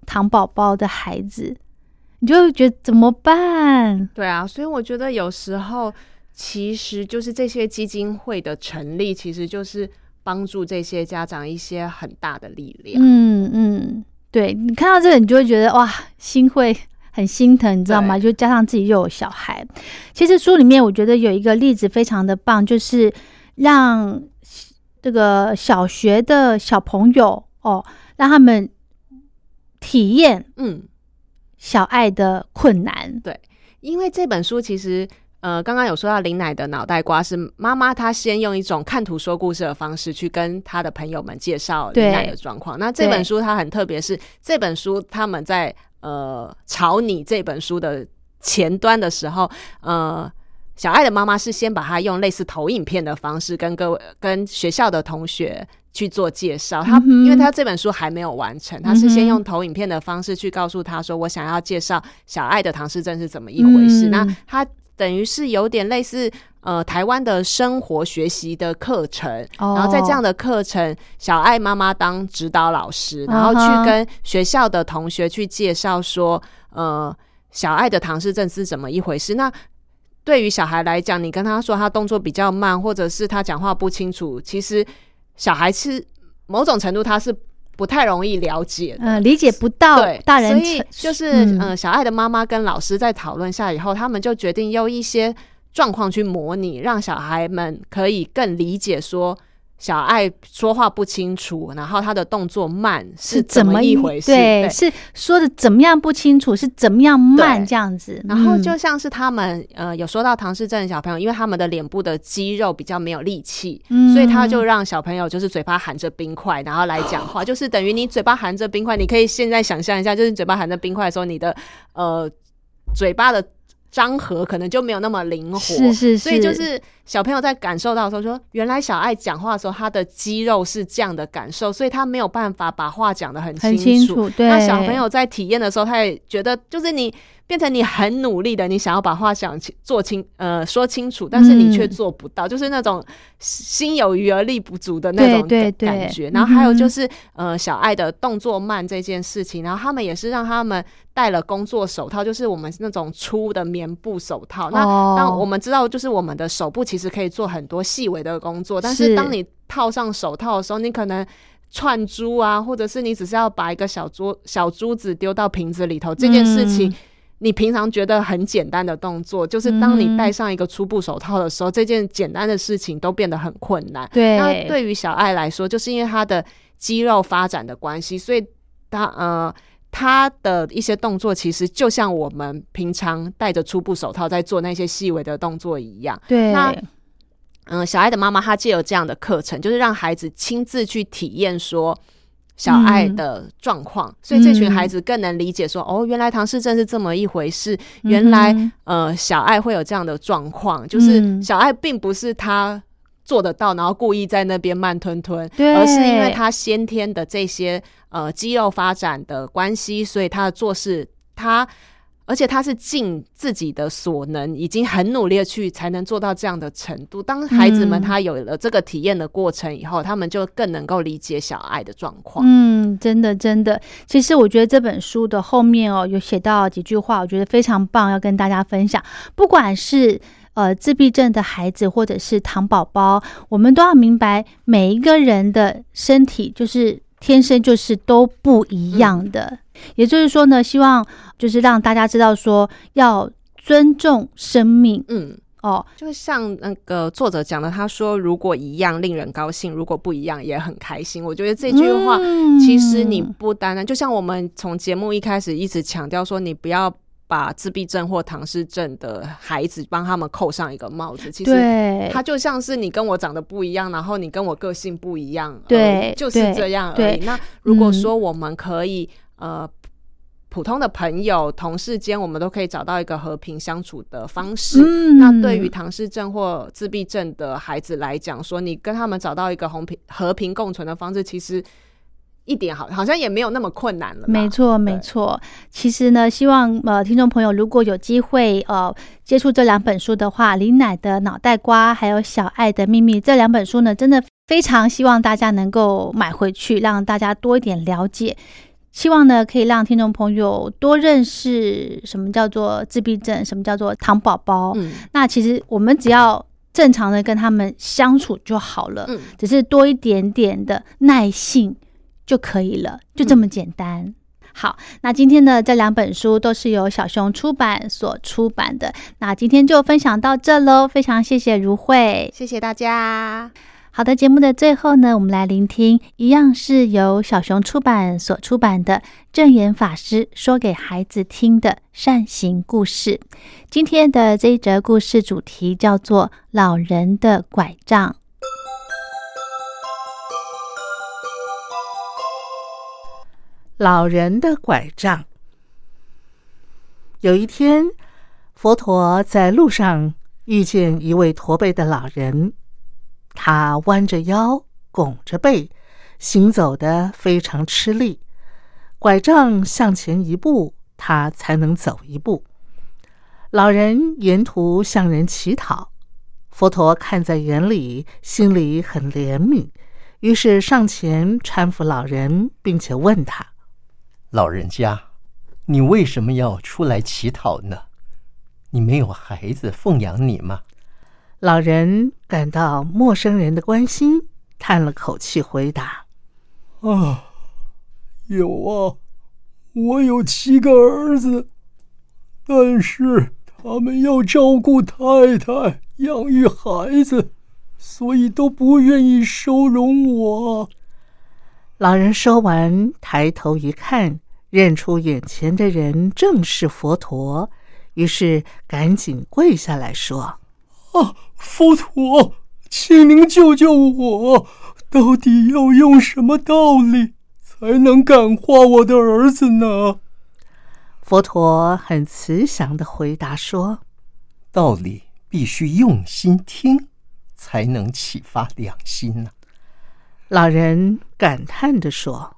糖宝宝的孩子，你就会觉得怎么办？ 对啊，所以我觉得有时候其实就是这些基金会的成立，其实就是帮助这些家长一些很大的力量。 对，你看到这个你就会觉得哇，心会很心疼，你知道吗？就加上自己又有小孩。其实书里面我觉得有一个例子非常的棒，就是让这个小学的小朋友让他们体验小爱的困难。 对，因为这本书其实刚刚有说到林奶的脑袋瓜是妈妈她先用一种看图说故事的方式去跟她的朋友们介绍林奶的状况。那这本书它很特别，是这本书他们在草拟这本书的前端的时候，小爱的妈妈是先把它用类似投影片的方式跟学校的同学去做介绍。因为他这本书还没有完成，他是先用投影片的方式去告诉他说，我想要介绍小爱的唐氏症是怎么一回事。那他等于是有点类似台湾的生活学习的课程，然后在这样的课程，小爱妈妈当指导老师，然后去跟学校的同学去介绍说小爱的唐氏症是怎么一回事。那对于小孩来讲，你跟他说他动作比较慢，或者是他讲话不清楚，其实小孩是某种程度他是不太容易了解的， 理解不到大人。 所以就是小爱的妈妈跟老师在讨论下以后，他们就决定用一些状况去模拟，让小孩们可以更理解说小爱说话不清楚，然后他的动作慢是怎么一回事。 对，是说的怎么样不清楚，是怎么样慢这样子。 然后就像是他们有说到唐氏症的小朋友，因为他们的脸部的肌肉比较没有力气，所以他就让小朋友就是嘴巴含着冰块然后来讲话，就是等于你嘴巴含着冰块，你可以现在想象一下，就是你嘴巴含着冰块的时候，你的嘴巴的张合可能就没有那么灵活，是，所以就是小朋友在感受到的时候说，原来小爱讲话的时候他的肌肉是这样的感受，所以他没有办法把话讲得很清楚。对，那小朋友在体验的时候，他也觉得就是你变成你很努力的，你想要把话说清楚，但是你却做不到，就是那种心有余而力不足的那种感觉。然后还有就是小爱的动作慢这件事情，然后他们也是让他们戴了工作手套，就是我们那种粗的棉布手套。那当我们知道就是我们的手部其实可以做很多细微的工作，但是当你套上手套的时候，你可能串珠啊，或者是你只是要把一个小珠子丢到瓶子里头，这件事情你平常觉得很简单的动作，就是当你戴上一个粗布手套的时候，这件简单的事情都变得很困难。对，那对于小爱来说，就是因为他的肌肉发展的关系，所以他的一些动作其实就像我们平常戴着粗布手套在做那些细微的动作一样。对，那小爱的妈妈她藉由这样的课程，就是让孩子亲自去体验说小爱的状况，所以这群孩子更能理解说原来唐氏症是这么一回事，原来小爱会有这样的状况，就是小爱并不是他做得到然后故意在那边慢吞吞，而是因为他先天的这些肌肉发展的关系，所以他的做事而且他是尽自己的所能，已经很努力的去才能做到这样的程度。当孩子们他有了这个体验的过程以后，他们就更能够理解小爱的状况。 真的真的，其实我觉得这本书的后面有写到几句话，我觉得非常棒，要跟大家分享。不管是自闭症的孩子或者是糖宝宝，我们都要明白每一个人的身体就是天生就是都不一样的。也就是说呢，希望就是让大家知道说要尊重生命。 就像那个作者讲的，他说如果一样令人高兴，如果不一样也很开心。我觉得这句话其实你不单单就像我们从节目一开始一直强调说，你不要把自闭症或唐氏症的孩子帮他们扣上一个帽子，其实他就像是你跟我长得不一样，然后你跟我个性不一样，对，就是这样而已。那如果说我们可以普通的朋友同事间，我们都可以找到一个和平相处的方式。那对于唐氏症或自闭症的孩子来讲，说你跟他们找到一个和平共存的方式，其实一点好像也没有那么困难了。 没错没错。其实呢，希望听众朋友如果有机会接触这两本书的话，林奶的脑袋瓜还有小爱的秘密，这两本书呢真的非常希望大家能够买回去，让大家多一点了解希望呢可以让听众朋友多认识什么叫做自闭症，什么叫做糖宝宝。那其实我们只要正常的跟他们相处就好了，只是多一点点的耐性就可以了，就这么简单。好，那今天的这2本书都是由小熊出版所出版的，那今天就分享到这咯，非常谢谢如慧， 谢谢大家。 好的，节目的最后呢，我们来聆听一样是由小熊出版所出版的证严法师说给孩子听的善行故事。今天的这一则故事主题叫做老人的拐杖。 老人的拐杖。有一天，佛陀在路上遇见一位驼背的老人，他弯着腰，拱着背，行走得非常吃力，拐杖向前一步，他才能走一步。老人沿途向人乞讨，佛陀看在眼里，心里很怜悯，于是上前搀扶老人，并且问他： 老人家，你为什么要出来乞讨呢？你没有孩子奉养你吗？ 老人感到陌生人的关心，叹了口气回答： 有啊，我有7个儿子，但是他们要照顾太太，养育孩子，所以都不愿意收容我。 老人说完，抬头一看，认出眼前的人正是佛陀，于是赶紧跪下来说： 佛陀，请您救救我，到底要用什么道理才能感化我的儿子呢？ 佛陀很慈祥地回答说： 道理必须用心听，才能启发良心呢。 老人感叹地说：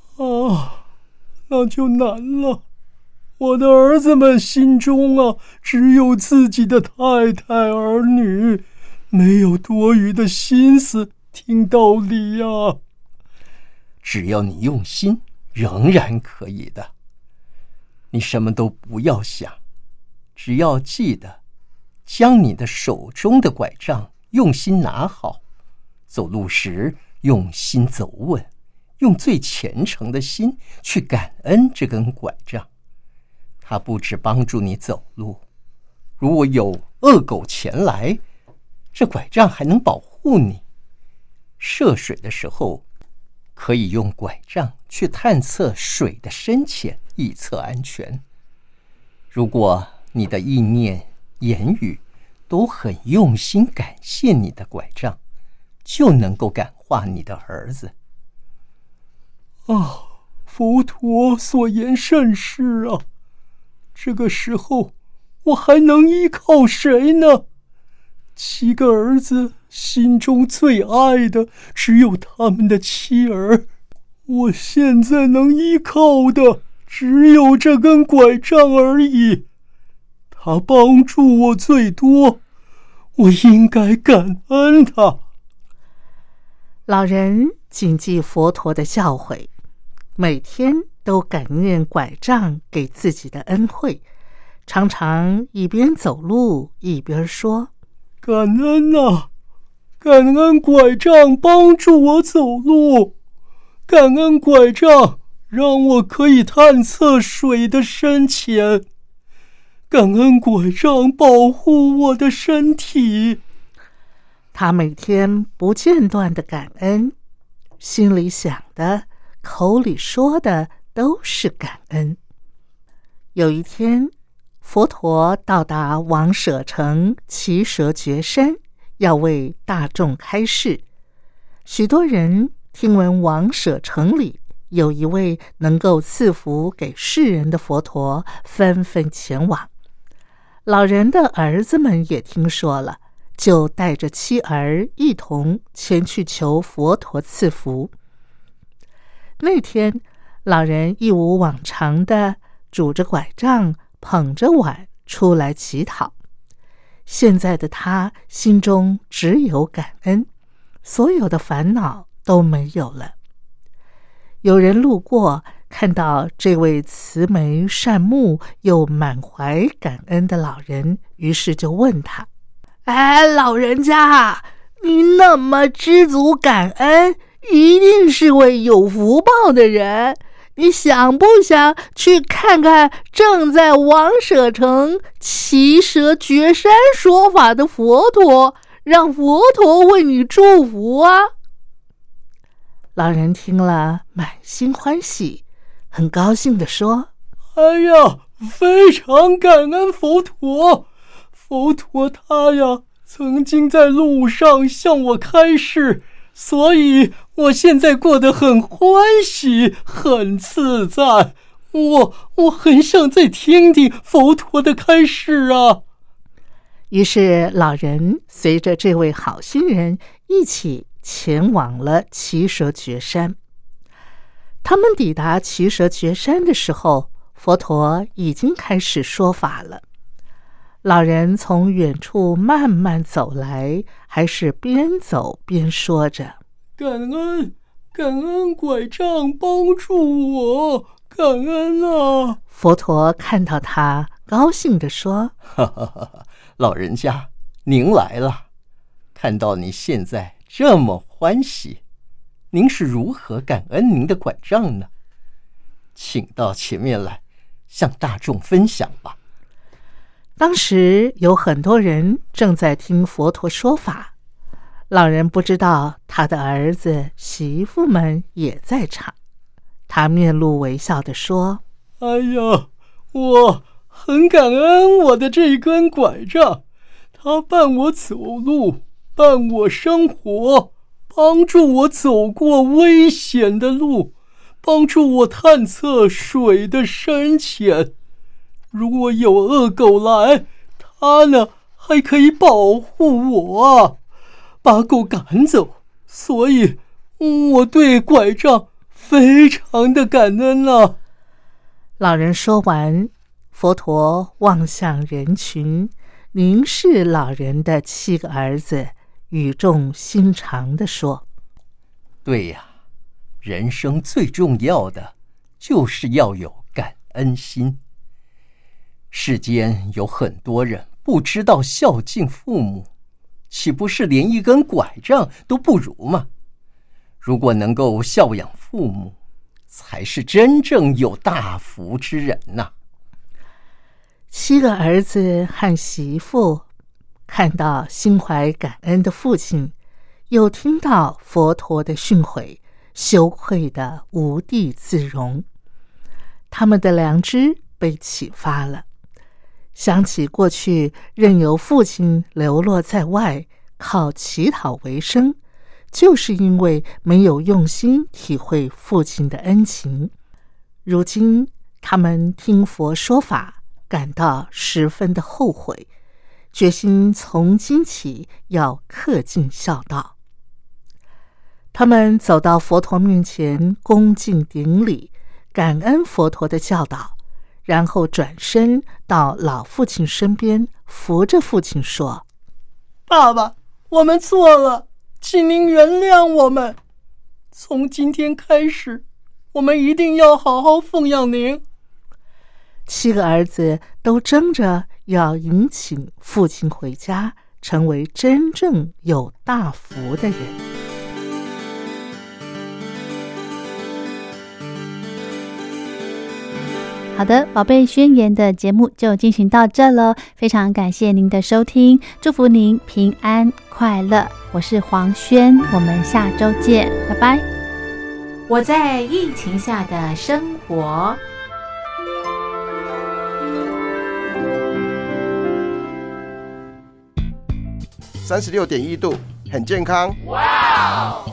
那就难了。我的儿子们心中只有自己的太太儿女，没有多余的心思听道理呀。 只要你用心，仍然可以的。你什么都不要想，只要记得将你的手中的拐杖用心拿好，走路时用心走稳，用最虔诚的心去感恩这根拐杖。它不只帮助你走路，如果有恶狗前来，这拐杖还能保护你。涉水的时候，可以用拐杖去探测水的深浅，以测安全。如果你的意念、言语都很用心感谢你的拐杖，就能够感化你的儿子。 佛陀所言甚是啊。这个时候我还能依靠谁呢？7个儿子心中最爱的只有他们的妻儿，我现在能依靠的只有这根拐杖而已。他帮助我最多，我应该感恩他。 老人谨记佛陀的教诲，每天都感念拐杖给自己的恩惠，常常一边走路一边说： 感恩啊，感恩拐杖帮助我走路，感恩拐杖让我可以探测水的深浅，感恩拐杖保护我的身体。 他每天不间断的感恩，心里想的，口里说的都是感恩。有一天，佛陀到达王舍城奇舍绝山，要为大众开示。许多人听闻王舍城里有一位能够赐福给世人的佛陀，纷纷前往。老人的儿子们也听说了，就带着妻儿一同前去求佛陀赐福。那天，老人一如往常的拄着拐杖，捧着碗出来乞讨。现在的他心中只有感恩，所有的烦恼都没有了。有人路过， 看到这位慈眉善目又满怀感恩的老人，于是就问他：老人家，你那么知足感恩，一定是位有福报的人，你想不想去看看正在王舍城骑蛇绝山说法的佛陀，让佛陀为你祝福啊？老人听了满心欢喜，很高兴地说： 哎呀，非常感恩佛陀，佛陀他呀曾经在路上向我开示，所以我现在过得很欢喜，很自在。我很想再听听佛陀的开示啊。 于是老人随着这位好心人一起前往了骑蛇绝山。他们抵达骑蛇绝山的时候，佛陀已经开始说法了。老人从远处慢慢走来，还是边走边说着： 感恩拐杖帮助我，感恩啊！ 佛陀看到他，高兴地说： 哈哈哈，老人家，您来了。看到你现在这么欢喜，您是如何感恩您的拐杖呢？请到前面来，向大众分享吧。 当时有很多人正在听佛陀说法，老人不知道他的儿子媳妇们也在场。他面露微笑地说： 哎呀，我很感恩我的这根拐杖，它伴我走路，伴我生活，帮助我走过危险的路，帮助我探测水的深浅。如果有恶狗来，它呢还可以保护我啊，把狗赶走。所以我对拐杖非常的感恩啊。 老人说完，佛陀望向人群，凝视老人的7个儿子，语重心长地说： 对呀，人生最重要的就是要有感恩心。世间有很多人不知道孝敬父母，岂不是连一根拐杖都不如吗？如果能够孝养父母，才是真正有大福之人呐。 7个儿子和媳妇看到心怀感恩的父亲，又听到佛陀的训诲，羞愧得无地自容。他们的良知被启发了，想起过去任由父亲流落在外，靠乞讨为生，就是因为没有用心体会父亲的恩情。如今他们听佛说法，感到十分的后悔，决心从今起要恪尽孝道。他们走到佛陀面前，恭敬顶礼，感恩佛陀的教导，然后转身到老父亲身边，扶着父亲说： 爸爸，我们错了，请您原谅我们。从今天开始，我们一定要好好奉养您。 7个儿子都争着要迎请父亲回家，成为真正有大福的人。 好的，宝贝宣言的节目就进行到这了，非常感谢您的收听，祝福您平安快乐。我是黄轩，我们下周见，拜拜。 我在疫情下的生活。 36.1度，很健康。 哇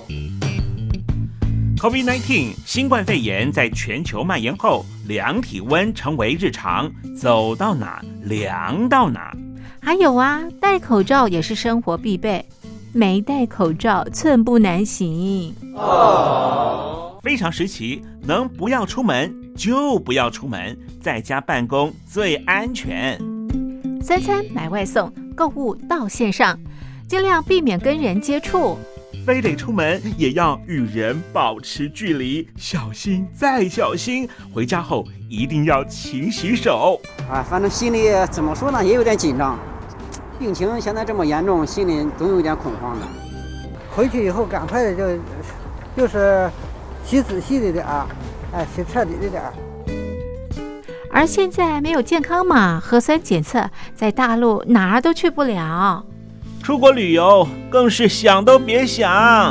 ！COVID-19 新冠肺炎在全球蔓延后，量体温成为日常，走到哪量到哪。 还有啊，戴口罩也是生活必备，没戴口罩寸步难行。 非常时期，能不要出门就不要出门，在家办公最安全。 3餐买外送，购物到线上，尽量避免跟人接触。 非得出门也要与人保持距离，小心再小心。回家后一定要勤洗手。 反正心里怎么说呢，也有点紧张。病情现在这么严重，心里总有点恐慌的。 回去以后赶快就是洗仔细的点儿，洗彻底的点儿。 而现在没有健康码、核酸检测，在大陆哪儿都去不了。 出国旅游更是想都别想。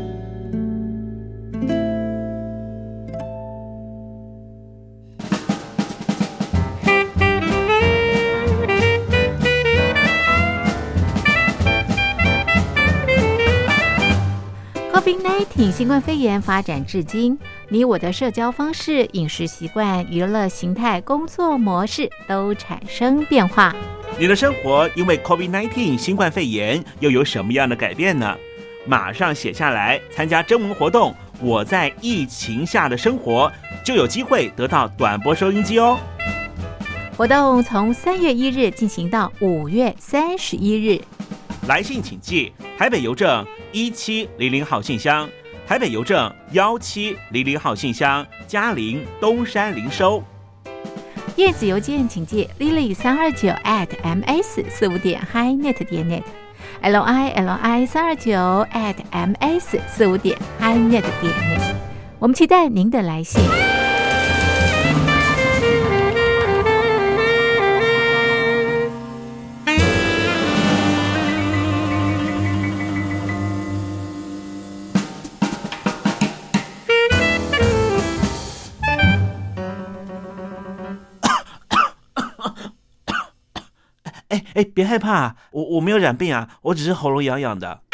COVID-19 新冠肺炎发展至今，你我的社交方式、饮食习惯、娱乐形态、工作模式都产生变化。 你的生活因为 COVID-19 新冠肺炎又有什么样的改变呢？马上写下来，参加征文活动，我在疫情下的生活，就有机会得到短波收音机哦。 活动从3月1日进行到5月31日。 来信请寄台北邮政1700号信箱，台北邮政1700号信箱，嘉陵东山零收。 电子邮件请寄 lily329@ms45.highnet.net lili329@ms45.highnet.net。我们期待您的来信。 别害怕，我没有染病啊，我只是喉咙痒痒的。